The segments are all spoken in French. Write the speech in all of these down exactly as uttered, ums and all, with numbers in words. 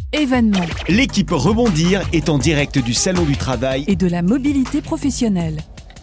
Événements. L'équipe Rebondir est en direct du Salon du Travail et de la mobilité professionnelle.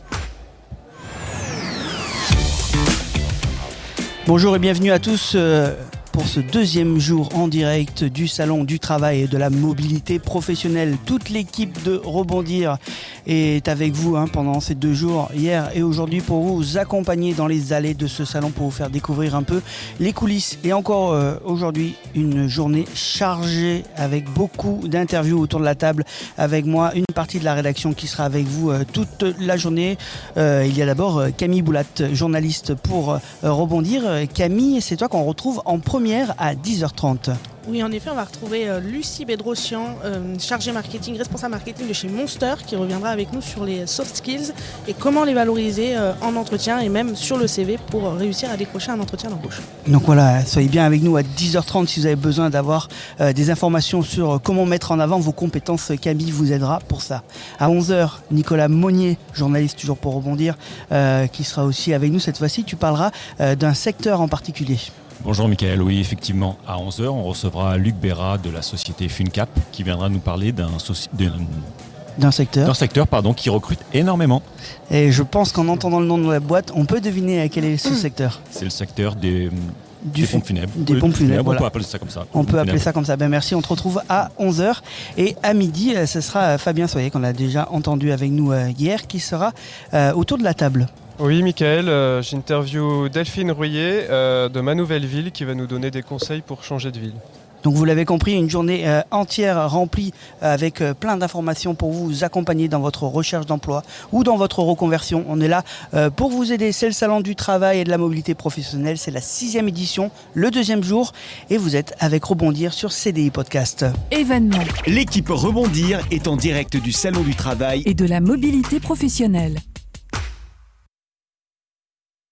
Bonjour et bienvenue à tous euh, pour ce deuxième jour en direct du Salon du Travail et de la mobilité professionnelle. Toute l'équipe de Rebondir est avec vous hein, pendant ces deux jours, hier et aujourd'hui, pour vous accompagner dans les allées de ce salon, pour vous faire découvrir un peu les coulisses. Et encore euh, aujourd'hui, une journée chargée avec beaucoup d'interviews autour de la table. Avec moi, une partie de la rédaction qui sera avec vous euh, toute la journée. Euh, il y a d'abord euh, Camille Boulat, journaliste pour euh, Rebondir. Camille, c'est toi qu'on retrouve en première à dix heures trente. Oui, en effet, on va retrouver euh, Lucie Bedrosian, euh, chargée marketing, responsable marketing de chez Monster, qui reviendra avec nous sur les soft skills et comment les valoriser euh, en entretien et même sur le C V pour euh, réussir à décrocher un entretien d'embauche. Donc voilà, soyez bien avec nous à dix heures trente si vous avez besoin d'avoir euh, des informations sur euh, comment mettre en avant vos compétences. Camille vous aidera pour ça. À onze heures, Nicolas Monnier, journaliste toujours pour Rebondir, euh, qui sera aussi avec nous cette fois-ci. Tu parleras euh, d'un secteur en particulier. Bonjour Mickaël, oui effectivement à onze heures on recevra Luc Béra de la société Funcap qui viendra nous parler d'un, soci... d'un... d'un secteur, d'un secteur pardon, qui recrute énormément. Et je pense qu'en entendant le nom de la boîte, on peut deviner quel est ce mmh. secteur. C'est le secteur des, du des fu... pompes funèbres. Des pompes funèbres, on voilà. peut appeler ça comme ça. On peut funèbres. appeler ça comme ça. Ben merci, on te retrouve à onze heures. Et à midi, ce sera Fabien Soyer, qu'on a déjà entendu avec nous hier, qui sera euh, autour de la table. Oui, Mickaël, euh, j'interview Delphine Rouillet euh, de Ma Nouvelle Ville qui va nous donner des conseils pour changer de ville. Donc vous l'avez compris, une journée euh, entière remplie euh, avec euh, plein d'informations pour vous accompagner dans votre recherche d'emploi ou dans votre reconversion. On est là euh, pour vous aider. C'est le Salon du Travail et de la mobilité professionnelle. C'est la sixième édition, le deuxième jour. Et vous êtes avec Rebondir sur C D I Podcast. Événements. L'équipe Rebondir est en direct du Salon du Travail et de la mobilité professionnelle.